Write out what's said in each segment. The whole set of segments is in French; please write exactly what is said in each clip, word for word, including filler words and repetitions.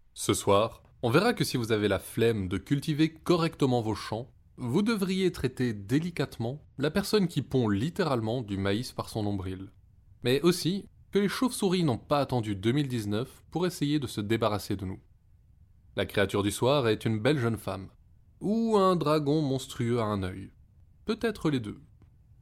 Ce soir, on verra que si vous avez la flemme de cultiver correctement vos champs, vous devriez traiter délicatement la personne qui pond littéralement du maïs par son nombril. Mais aussi que les chauves-souris n'ont pas attendu deux mille dix-neuf pour essayer de se débarrasser de nous. La créature du soir est une belle jeune femme, ou un dragon monstrueux à un œil. Peut-être les deux.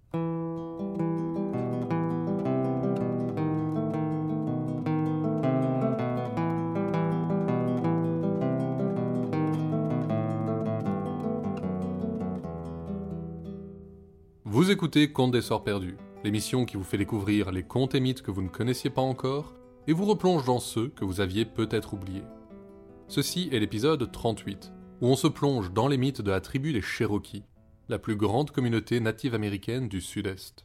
Vous écoutez Contes des Sorts Perdus, l'émission qui vous fait découvrir les contes et mythes que vous ne connaissiez pas encore et vous replonge dans ceux que vous aviez peut-être oubliés. Ceci est l'épisode trente-huit, où on se plonge dans les mythes de la tribu des Cherokees, la plus grande communauté native américaine du Sud-Est.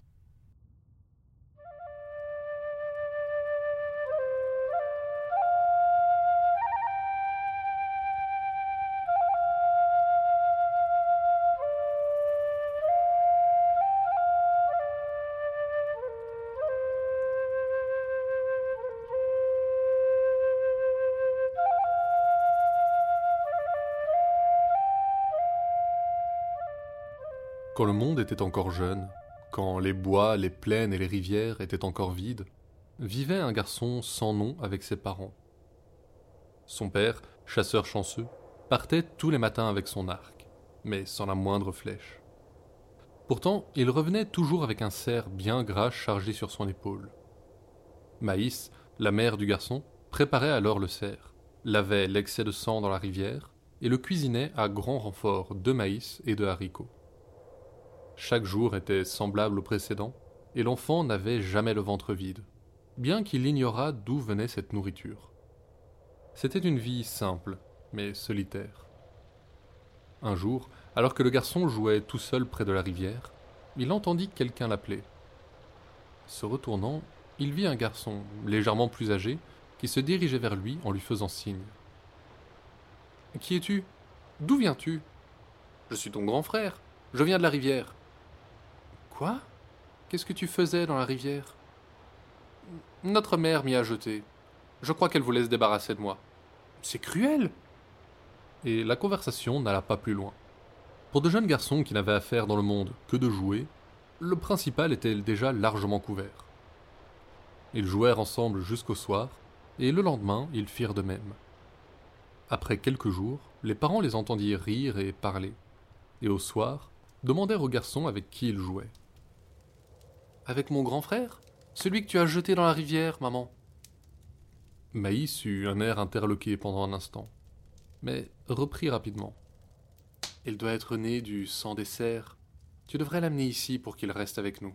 Quand le monde était encore jeune, quand les bois, les plaines et les rivières étaient encore vides, vivait un garçon sans nom avec ses parents. Son père, chasseur chanceux, partait tous les matins avec son arc, mais sans la moindre flèche. Pourtant, il revenait toujours avec un cerf bien gras chargé sur son épaule. Maïs, la mère du garçon, préparait alors le cerf, lavait l'excès de sang dans la rivière et le cuisinait à grand renfort de maïs et de haricots. Chaque jour était semblable au précédent, et l'enfant n'avait jamais le ventre vide, bien qu'il ignorât d'où venait cette nourriture. C'était une vie simple, mais solitaire. Un jour, alors que le garçon jouait tout seul près de la rivière, il entendit quelqu'un l'appeler. Se retournant, il vit un garçon, légèrement plus âgé, qui se dirigeait vers lui en lui faisant signe. « Qui es-tu ? D'où viens-tu ? » ?»« Je suis ton grand frère, je viens de la rivière. » « Quoi ? Qu'est-ce que tu faisais dans la rivière ? » ?»« Notre mère m'y a jeté. Je crois qu'elle voulait se débarrasser de moi. »« C'est cruel !» Et la conversation n'alla pas plus loin. Pour de jeunes garçons qui n'avaient affaire dans le monde que de jouer, le principal était déjà largement couvert. Ils jouèrent ensemble jusqu'au soir, et le lendemain, ils firent de même. Après quelques jours, les parents les entendirent rire et parler, et au soir, demandèrent au garçon avec qui il jouait. « Avec mon grand frère ? Celui que tu as jeté dans la rivière, maman. » Maïs eut un air interloqué pendant un instant, mais reprit rapidement. « Il doit être né du sang des cerfs. Tu devrais l'amener ici pour qu'il reste avec nous. »«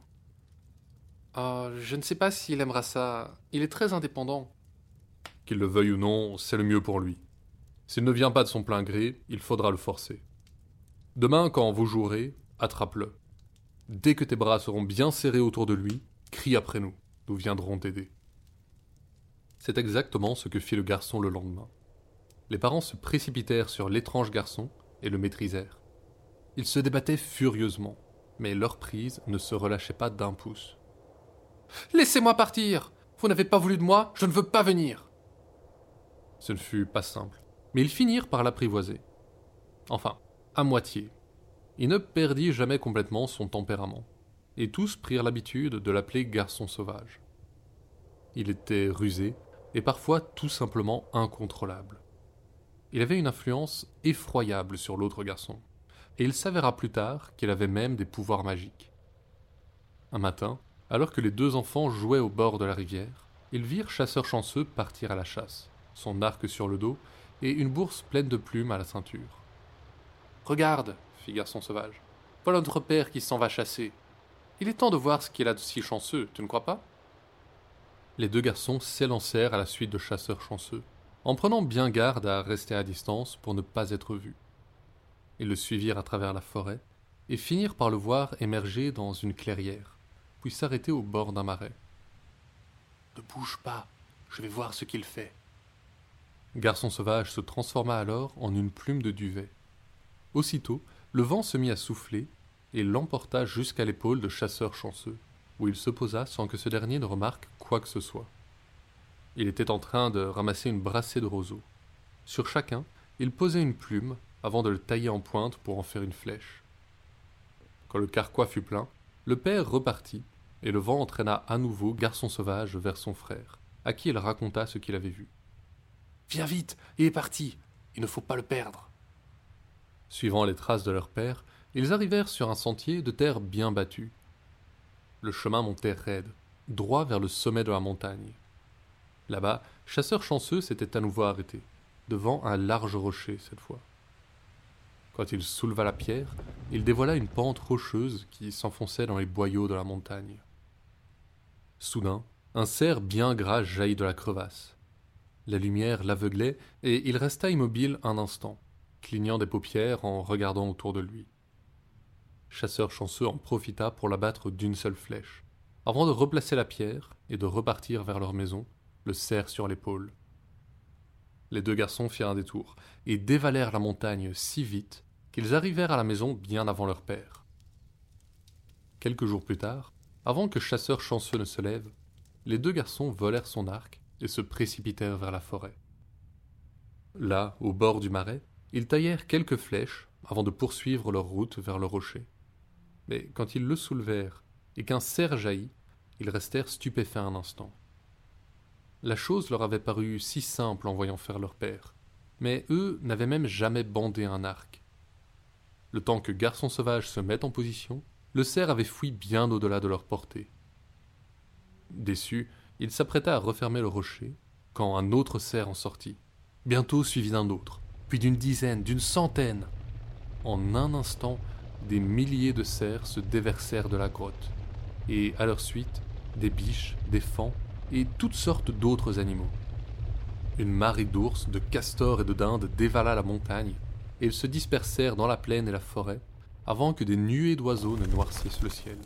Ah, je ne sais pas s'il aimera ça. Il est très indépendant. » »« Qu'il le veuille ou non, c'est le mieux pour lui. S'il ne vient pas de son plein gré, il faudra le forcer. Demain, quand vous jouerez, attrape-le. Dès que tes bras seront bien serrés autour de lui, crie après nous, nous viendrons t'aider. » C'est exactement ce que fit le garçon le lendemain. Les parents se précipitèrent sur l'étrange garçon et le maîtrisèrent. Ils se débattaient furieusement, mais leur prise ne se relâchait pas d'un pouce. « Laissez-moi partir ! Vous n'avez pas voulu de moi, je ne veux pas venir !» Ce ne fut pas simple, mais ils finirent par l'apprivoiser. Enfin, à moitié. Il ne perdit jamais complètement son tempérament, et tous prirent l'habitude de l'appeler garçon sauvage. Il était rusé, et parfois tout simplement incontrôlable. Il avait une influence effroyable sur l'autre garçon, et il s'avéra plus tard qu'il avait même des pouvoirs magiques. Un matin, alors que les deux enfants jouaient au bord de la rivière, ils virent Chasseur Chanceux partir à la chasse, son arc sur le dos et une bourse pleine de plumes à la ceinture. « Regarde !» fit Garçon Sauvage. « Voilà notre père qui s'en va chasser. Il est temps de voir ce qu'il a de si chanceux, tu ne crois pas ?» Les deux garçons s'élancèrent à la suite de Chasseur Chanceux, en prenant bien garde à rester à distance pour ne pas être vus. Ils le suivirent à travers la forêt, et finirent par le voir émerger dans une clairière, puis s'arrêter au bord d'un marais. « Ne bouge pas, je vais voir ce qu'il fait. » Garçon Sauvage se transforma alors en une plume de duvet. Aussitôt, le vent se mit à souffler et l'emporta jusqu'à l'épaule de Chasseur Chanceux, où il se posa sans que ce dernier ne remarque quoi que ce soit. Il était en train de ramasser une brassée de roseaux. Sur chacun, il posait une plume avant de le tailler en pointe pour en faire une flèche. Quand le carquois fut plein, le père repartit, et le vent entraîna à nouveau Garçon Sauvage vers son frère, à qui il raconta ce qu'il avait vu. « Viens vite, il est parti, il ne faut pas le perdre !» Suivant les traces de leur père, ils arrivèrent sur un sentier de terre bien battue. Le chemin montait raide, droit vers le sommet de la montagne. Là-bas, Chasseur Chanceux s'était à nouveau arrêté, devant un large rocher cette fois. Quand il souleva la pierre, il dévoila une pente rocheuse qui s'enfonçait dans les boyaux de la montagne. Soudain, un cerf bien gras jaillit de la crevasse. La lumière l'aveuglait et il resta immobile un instant, clignant des paupières en regardant autour de lui. Chasseur Chanceux en profita pour l'abattre d'une seule flèche, avant de replacer la pierre et de repartir vers leur maison, le cerf sur l'épaule. Les deux garçons firent un détour et dévalèrent la montagne si vite qu'ils arrivèrent à la maison bien avant leur père. Quelques jours plus tard, avant que Chasseur Chanceux ne se lève, les deux garçons volèrent son arc et se précipitèrent vers la forêt. Là, au bord du marais, ils taillèrent quelques flèches avant de poursuivre leur route vers le rocher. Mais quand ils le soulevèrent et qu'un cerf jaillit, ils restèrent stupéfaits un instant. La chose leur avait paru si simple en voyant faire leur père, mais eux n'avaient même jamais bandé un arc. Le temps que Garçon Sauvage se mette en position, le cerf avait fui bien au-delà de leur portée. Déçu, il s'apprêta à refermer le rocher, quand un autre cerf en sortit, bientôt suivi d'un autre, puis d'une dizaine, d'une centaine. En un instant, des milliers de cerfs se déversèrent de la grotte, et à leur suite, des biches, des faons et toutes sortes d'autres animaux. Une marée d'ours, de castors et de dindes dévala la montagne, et ils se dispersèrent dans la plaine et la forêt, avant que des nuées d'oiseaux ne noircissent le ciel.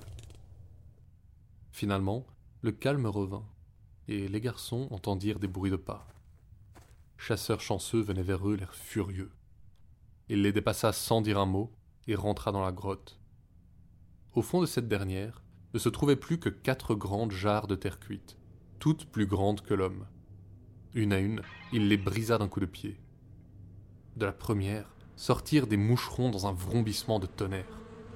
Finalement, le calme revint, et les garçons entendirent des bruits de pas. Chasseur Chanceux venait vers eux l'air furieux. Il les dépassa sans dire un mot, et rentra dans la grotte. Au fond de cette dernière, ne se trouvaient plus que quatre grandes jarres de terre cuite, toutes plus grandes que l'homme. Une à une, il les brisa d'un coup de pied. De la première, sortirent des moucherons dans un vrombissement de tonnerre.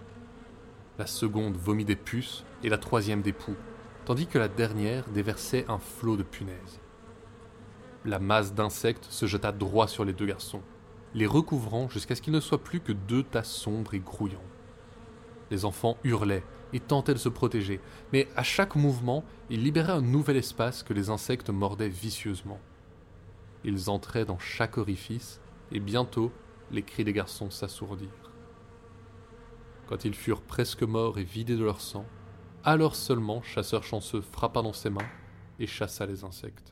La seconde vomit des puces et la troisième des poux, tandis que la dernière déversait un flot de punaises. La masse d'insectes se jeta droit sur les deux garçons, les recouvrant jusqu'à ce qu'il ne soit plus que deux tas sombres et grouillants. Les enfants hurlaient et tentaient de se protéger, mais à chaque mouvement, ils libéraient un nouvel espace que les insectes mordaient vicieusement. Ils entraient dans chaque orifice, et bientôt, les cris des garçons s'assourdirent. Quand ils furent presque morts et vidés de leur sang, alors seulement Chasseur Chanceux frappa dans ses mains et chassa les insectes.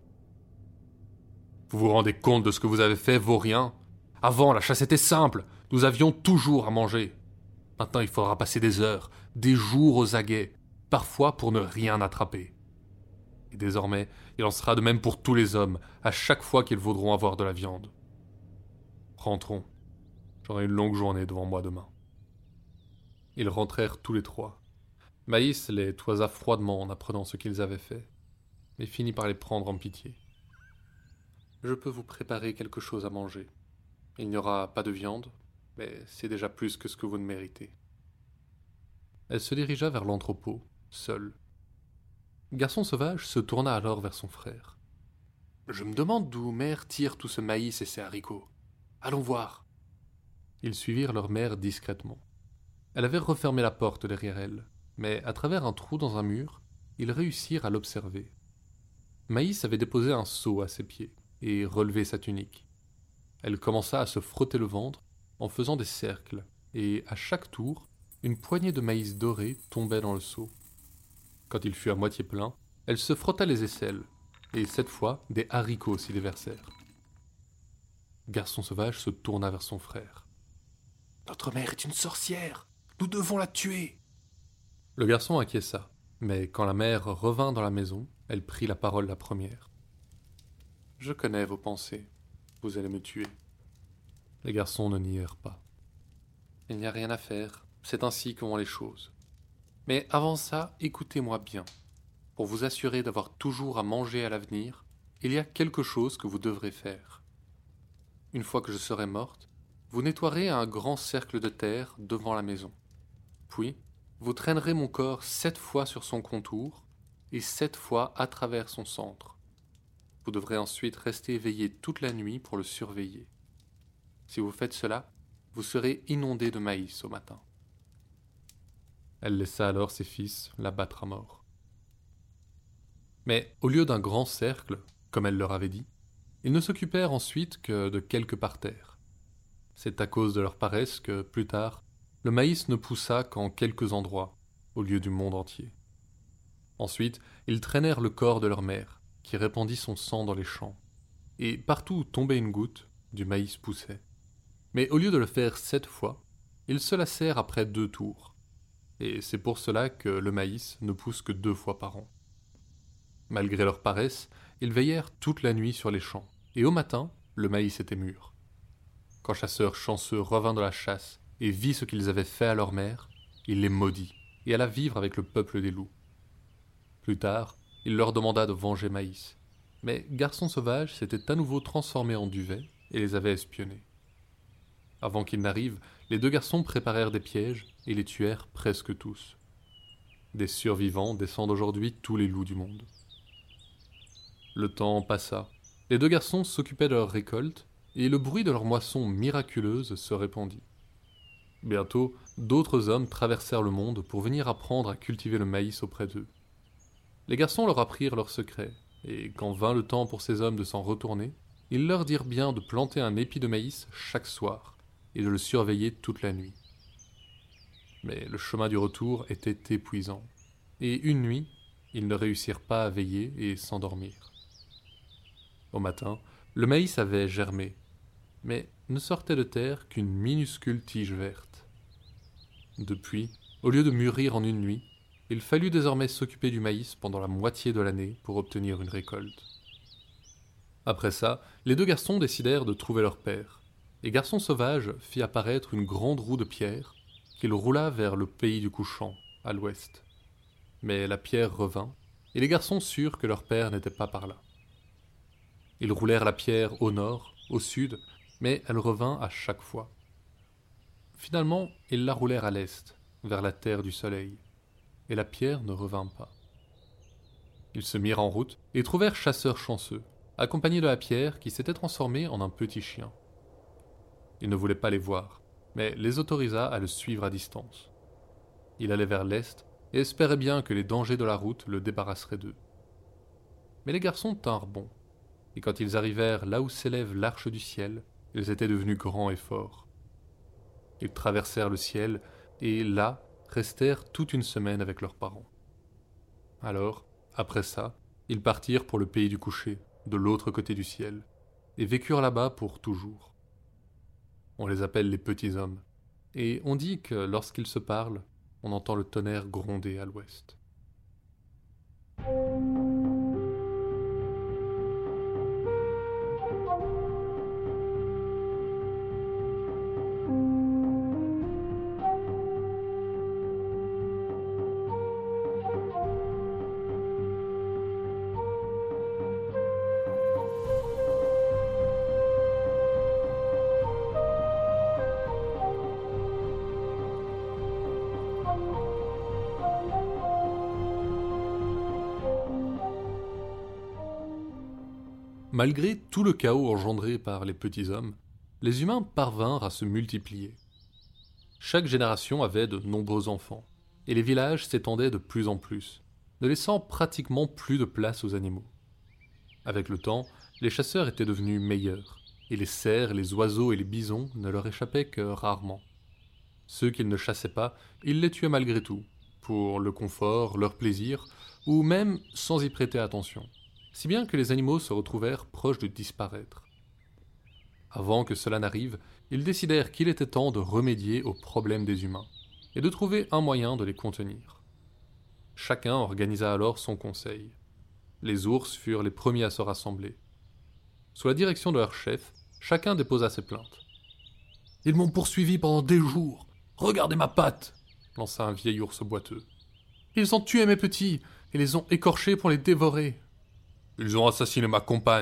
« Vous vous rendez compte de ce que vous avez fait, vaurien ? Avant, la chasse était simple, nous avions toujours à manger. Maintenant, il faudra passer des heures, des jours aux aguets, parfois pour ne rien attraper. Et désormais, il en sera de même pour tous les hommes, à chaque fois qu'ils voudront avoir de la viande. Rentrons, j'aurai une longue journée devant moi demain. » Ils rentrèrent tous les trois. Maïs les toisa froidement en apprenant ce qu'ils avaient fait, mais finit par les prendre en pitié. « Je peux vous préparer quelque chose à manger. Il n'y aura pas de viande, mais c'est déjà plus que ce que vous ne méritez. » Elle se dirigea vers l'entrepôt, seule. Garçon Sauvage se tourna alors vers son frère. « Je me demande d'où mère tire tout ce maïs et ces haricots. Allons voir. » Ils suivirent leur mère discrètement. Elle avait refermé la porte derrière elle, mais à travers un trou dans un mur, ils réussirent à l'observer. Maïs avait déposé un seau à ses pieds et relevé sa tunique. Elle commença à se frotter le ventre en faisant des cercles, et à chaque tour, une poignée de maïs doré tombait dans le seau. Quand il fut à moitié plein, elle se frotta les aisselles, et cette fois, des haricots s'y déversèrent. Garçon Sauvage se tourna vers son frère. « Notre mère est une sorcière, nous devons la tuer !» Le garçon acquiesça, mais quand la mère revint dans la maison, elle prit la parole la première. « Je connais vos pensées, vous allez me tuer. » Les garçons ne nièrent pas. « Il n'y a rien à faire, c'est ainsi que vont les choses. Mais avant ça, écoutez-moi bien. Pour vous assurer d'avoir toujours à manger à l'avenir, il y a quelque chose que vous devrez faire. une fois que je serai morte, vous nettoierez un grand cercle de terre devant la maison. Puis, vous traînerez mon corps sept fois sur son contour et sept fois à travers son centre. Vous devrez ensuite rester éveillé toute la nuit pour le surveiller. Si vous faites cela, vous serez inondé de maïs au matin. » Elle laissa alors ses fils la battre à mort. Mais au lieu d'un grand cercle, comme elle leur avait dit, ils ne s'occupèrent ensuite que de quelques parterres. C'est à cause de leur paresse que, plus tard, le maïs ne poussa qu'en quelques endroits, au lieu du monde entier. Ensuite, ils traînèrent le corps de leur mère, qui répandit son sang dans les champs, et partout où tombait une goutte, du maïs poussait. Mais au lieu de le faire sept fois, ils se lassèrent après deux tours, et c'est pour cela que le maïs ne pousse que deux fois par an. Malgré leur paresse, ils veillèrent toute la nuit sur les champs, et au matin, le maïs était mûr. Quand Chasseur chanceux revint de la chasse et vit ce qu'ils avaient fait à leur mère, il les maudit et alla vivre avec le peuple des loups. Plus tard, il leur demanda de venger Maïs, mais Garçon Sauvage s'était à nouveau transformé en duvet et les avait espionnés. Avant qu'ils n'arrivent, les deux garçons préparèrent des pièges et les tuèrent presque tous. Des survivants descendent aujourd'hui tous les loups du monde. Le temps passa, les deux garçons s'occupaient de leur récolte et le bruit de leur moisson miraculeuse se répandit. Bientôt, d'autres hommes traversèrent le monde pour venir apprendre à cultiver le maïs auprès d'eux. Les garçons leur apprirent leurs secrets, et quand vint le temps pour ces hommes de s'en retourner, ils leur dirent bien de planter un épi de maïs chaque soir, et de le surveiller toute la nuit. Mais le chemin du retour était épuisant, et une nuit, ils ne réussirent pas à veiller et s'endormir. Au matin, le maïs avait germé, mais ne sortait de terre qu'une minuscule tige verte. Depuis, au lieu de mûrir en une nuit, il fallut désormais s'occuper du maïs pendant la moitié de l'année pour obtenir une récolte. Après ça, les deux garçons décidèrent de trouver leur père, et Garçon Sauvage fit apparaître une grande roue de pierre qu'il roula vers le pays du couchant, à l'ouest. Mais la pierre revint, et les garçons surent que leur père n'était pas par là. Ils roulèrent la pierre au nord, au sud, mais elle revint à chaque fois. Finalement, ils la roulèrent à l'est, vers la terre du soleil, et la pierre ne revint pas. Ils se mirent en route et trouvèrent Chasseur chanceux, accompagné de la pierre qui s'était transformée en un petit chien. Il ne voulait pas les voir, mais les autorisa à le suivre à distance. Il allait vers l'est et espérait bien que les dangers de la route le débarrasseraient d'eux. Mais les garçons tinrent bon, et quand ils arrivèrent là où s'élève l'arche du ciel, ils étaient devenus grands et forts. Ils traversèrent le ciel, et là, restèrent toute une semaine avec leurs parents. Alors, après ça, ils partirent pour le pays du coucher, de l'autre côté du ciel, et vécurent là-bas pour toujours. On les appelle les petits hommes, et on dit que lorsqu'ils se parlent, on entend le tonnerre gronder à l'ouest. Malgré tout le chaos engendré par les petits hommes, les humains parvinrent à se multiplier. Chaque génération avait de nombreux enfants, et les villages s'étendaient de plus en plus, ne laissant pratiquement plus de place aux animaux. Avec le temps, les chasseurs étaient devenus meilleurs, et les cerfs, les oiseaux et les bisons ne leur échappaient que rarement. Ceux qu'ils ne chassaient pas, ils les tuaient malgré tout, pour le confort, leur plaisir, ou même sans y prêter attention, si bien que les animaux se retrouvèrent proches de disparaître. Avant que cela n'arrive, ils décidèrent qu'il était temps de remédier aux problèmes des humains, et de trouver un moyen de les contenir. Chacun organisa alors son conseil. Les ours furent les premiers à se rassembler. Sous la direction de leur chef, chacun déposa ses plaintes. « Ils m'ont poursuivi pendant des jours. Regardez ma patte !» lança un vieil ours boiteux. « Ils ont tué mes petits et les ont écorchés pour les dévorer. »« Ils ont assassiné ma compagne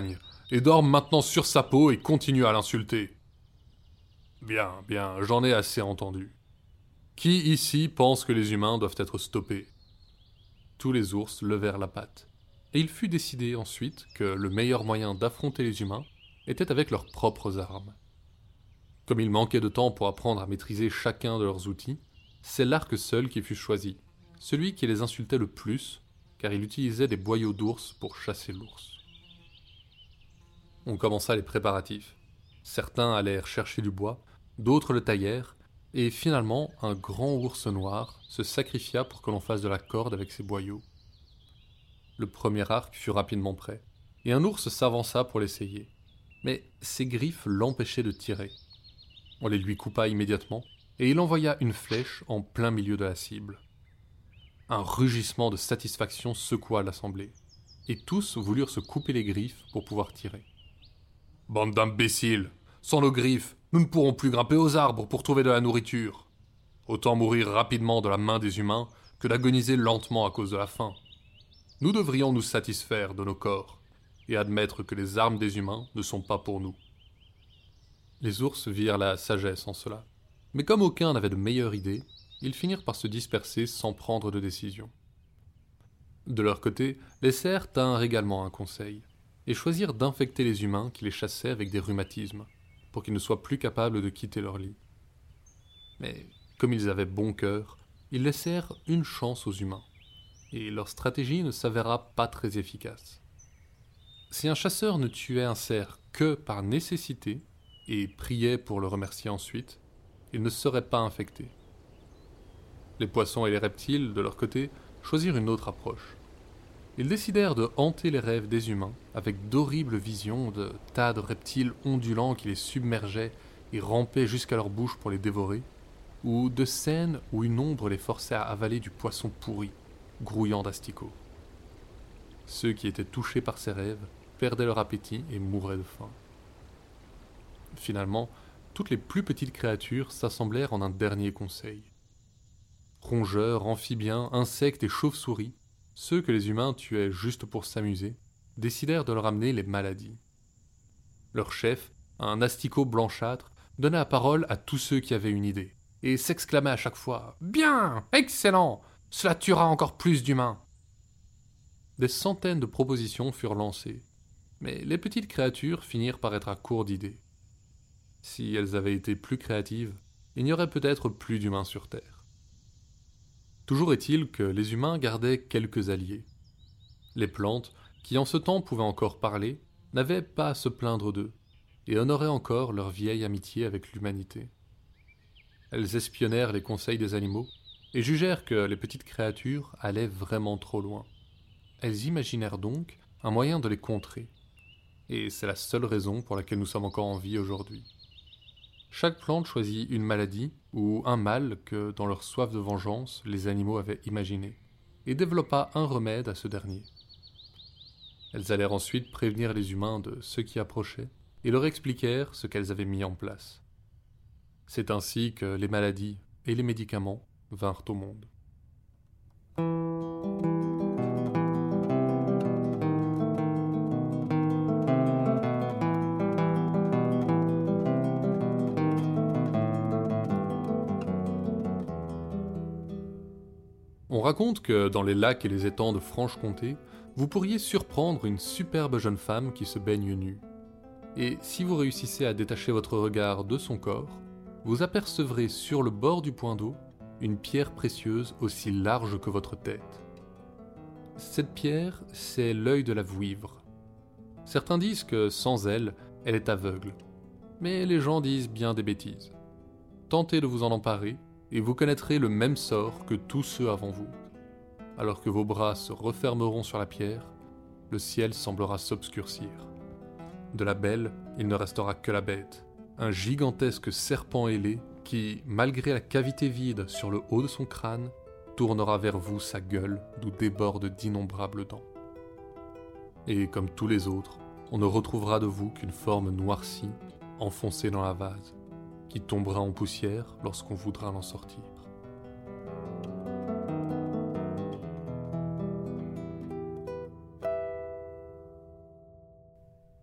et dorme maintenant sur sa peau et continue à l'insulter. Bien, bien, j'en ai assez entendu. Qui ici pense que les humains doivent être stoppés ? Tous les ours levèrent la patte, et il fut décidé ensuite que le meilleur moyen d'affronter les humains était avec leurs propres armes. Comme il manquait de temps pour apprendre à maîtriser chacun de leurs outils, c'est l'arc seul qui fut choisi, celui qui les insultait le plus, car il utilisait des boyaux d'ours pour chasser l'ours. On commença les préparatifs. Certains allèrent chercher du bois, d'autres le taillèrent, et finalement un grand ours noir se sacrifia pour que l'on fasse de la corde avec ses boyaux. Le premier arc fut rapidement prêt, et un ours s'avança pour l'essayer. Mais ses griffes l'empêchaient de tirer. On les lui coupa immédiatement, et il envoya une flèche en plein milieu de la cible. Un rugissement de satisfaction secoua l'assemblée, et tous voulurent se couper les griffes pour pouvoir tirer. « Bande d'imbéciles ! Sans nos griffes, nous ne pourrons plus grimper aux arbres pour trouver de la nourriture. Autant mourir rapidement de la main des humains que d'agoniser lentement à cause de la faim. Nous devrions nous satisfaire de nos corps et admettre que les armes des humains ne sont pas pour nous. » Les ours virent la sagesse en cela, mais comme aucun n'avait de meilleure idée, ils finirent par se disperser sans prendre de décision. De leur côté, les cerfs tinrent également un conseil, et choisirent d'infecter les humains qui les chassaient avec des rhumatismes, pour qu'ils ne soient plus capables de quitter leur lit. Mais comme ils avaient bon cœur, ils laissèrent une chance aux humains, et leur stratégie ne s'avéra pas très efficace. Si un chasseur ne tuait un cerf que par nécessité, et priait pour le remercier ensuite, il ne serait pas infecté. Les poissons et les reptiles, de leur côté, choisirent une autre approche. Ils décidèrent de hanter les rêves des humains avec d'horribles visions de tas de reptiles ondulants qui les submergeaient et rampaient jusqu'à leur bouche pour les dévorer, ou de scènes où une ombre les forçait à avaler du poisson pourri, grouillant d'asticots. Ceux qui étaient touchés par ces rêves perdaient leur appétit et mouraient de faim. Finalement, toutes les plus petites créatures s'assemblèrent en un dernier conseil. Rongeurs, amphibiens, insectes et chauves-souris, ceux que les humains tuaient juste pour s'amuser, décidèrent de leur amener les maladies. Leur chef, un asticot blanchâtre, donna la parole à tous ceux qui avaient une idée, et s'exclamait à chaque fois « Bien, excellent, cela tuera encore plus d'humains !» Des centaines de propositions furent lancées, mais les petites créatures finirent par être à court d'idées. Si elles avaient été plus créatives, il n'y aurait peut-être plus d'humains sur Terre. Toujours est-il que les humains gardaient quelques alliés. Les plantes, qui en ce temps pouvaient encore parler, n'avaient pas à se plaindre d'eux, et honoraient encore leur vieille amitié avec l'humanité. Elles espionnèrent les conseils des animaux, et jugèrent que les petites créatures allaient vraiment trop loin. Elles imaginèrent donc un moyen de les contrer, et c'est la seule raison pour laquelle nous sommes encore en vie aujourd'hui. Chaque plante choisit une maladie ou un mal que, dans leur soif de vengeance, les animaux avaient imaginé, et développa un remède à ce dernier. Elles allèrent ensuite prévenir les humains de ce qui approchait, et leur expliquèrent ce qu'elles avaient mis en place. C'est ainsi que les maladies et les médicaments vinrent au monde. On raconte que dans les lacs et les étangs de Franche-Comté, vous pourriez surprendre une superbe jeune femme qui se baigne nue. Et si vous réussissez à détacher votre regard de son corps, vous apercevrez sur le bord du point d'eau une pierre précieuse aussi large que votre tête. Cette pierre, c'est l'œil de la vouivre. Certains disent que sans elle, elle est aveugle. Mais les gens disent bien des bêtises. Tentez de vous en emparer, et vous connaîtrez le même sort que tous ceux avant vous. Alors que vos bras se refermeront sur la pierre, le ciel semblera s'obscurcir. De la belle, il ne restera que la bête, un gigantesque serpent ailé qui, malgré la cavité vide sur le haut de son crâne, tournera vers vous sa gueule d'où débordent d'innombrables dents. Et comme tous les autres, on ne retrouvera de vous qu'une forme noircie, enfoncée dans la vase, qui tombera en poussière lorsqu'on voudra l'en sortir.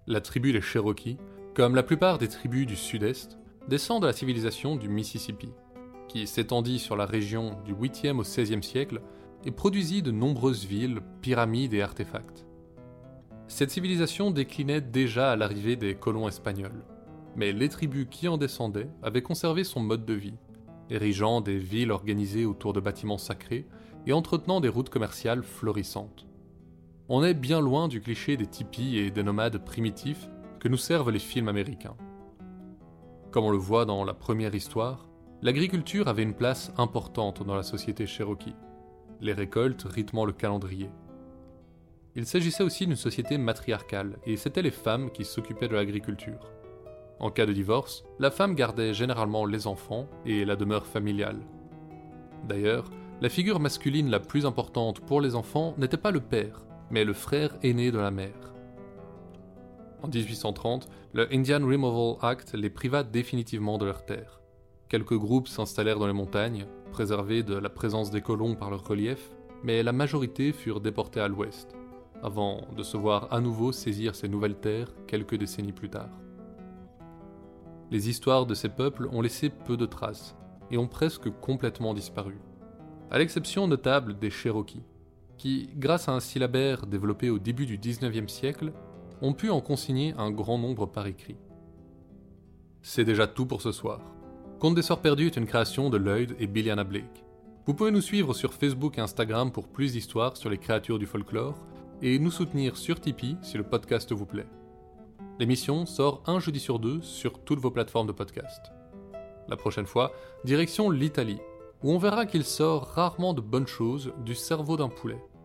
La tribu des Cherokees, comme la plupart des tribus du sud-est, descend de la civilisation du Mississippi, qui s'étendit sur la région du huitième au seizième siècle et produisit de nombreuses villes, pyramides et artefacts. Cette civilisation déclinait déjà à l'arrivée des colons espagnols, mais les tribus qui en descendaient avaient conservé son mode de vie, érigeant des villes organisées autour de bâtiments sacrés et entretenant des routes commerciales florissantes. On est bien loin du cliché des tipis et des nomades primitifs que nous servent les films américains. Comme on le voit dans la première histoire, l'agriculture avait une place importante dans la société Cherokee, les récoltes rythmant le calendrier. Il s'agissait aussi d'une société matriarcale, et c'étaient les femmes qui s'occupaient de l'agriculture. En cas de divorce, la femme gardait généralement les enfants et la demeure familiale. D'ailleurs, la figure masculine la plus importante pour les enfants n'était pas le père, mais le frère aîné de la mère. En dix-huit cent trente, le Indian Removal Act les priva définitivement de leurs terres. Quelques groupes s'installèrent dans les montagnes, préservés de la présence des colons par leur relief, mais la majorité furent déportés à l'ouest, avant de se voir à nouveau saisir ces nouvelles terres quelques décennies plus tard. Les histoires de ces peuples ont laissé peu de traces, et ont presque complètement disparu, à l'exception notable des Cherokees, qui, grâce à un syllabaire développé au début du dix-neuvième siècle, ont pu en consigner un grand nombre par écrit. C'est déjà tout pour ce soir. Conte des Sorts Perdus est une création de Lloyd et Billiana Blake. Vous pouvez nous suivre sur Facebook et Instagram pour plus d'histoires sur les créatures du folklore, et nous soutenir sur Tipeee si le podcast vous plaît. L'émission sort un jeudi sur deux sur toutes vos plateformes de podcast. La prochaine fois, direction l'Italie, où on verra qu'il sort rarement de bonnes choses du cerveau d'un poulet.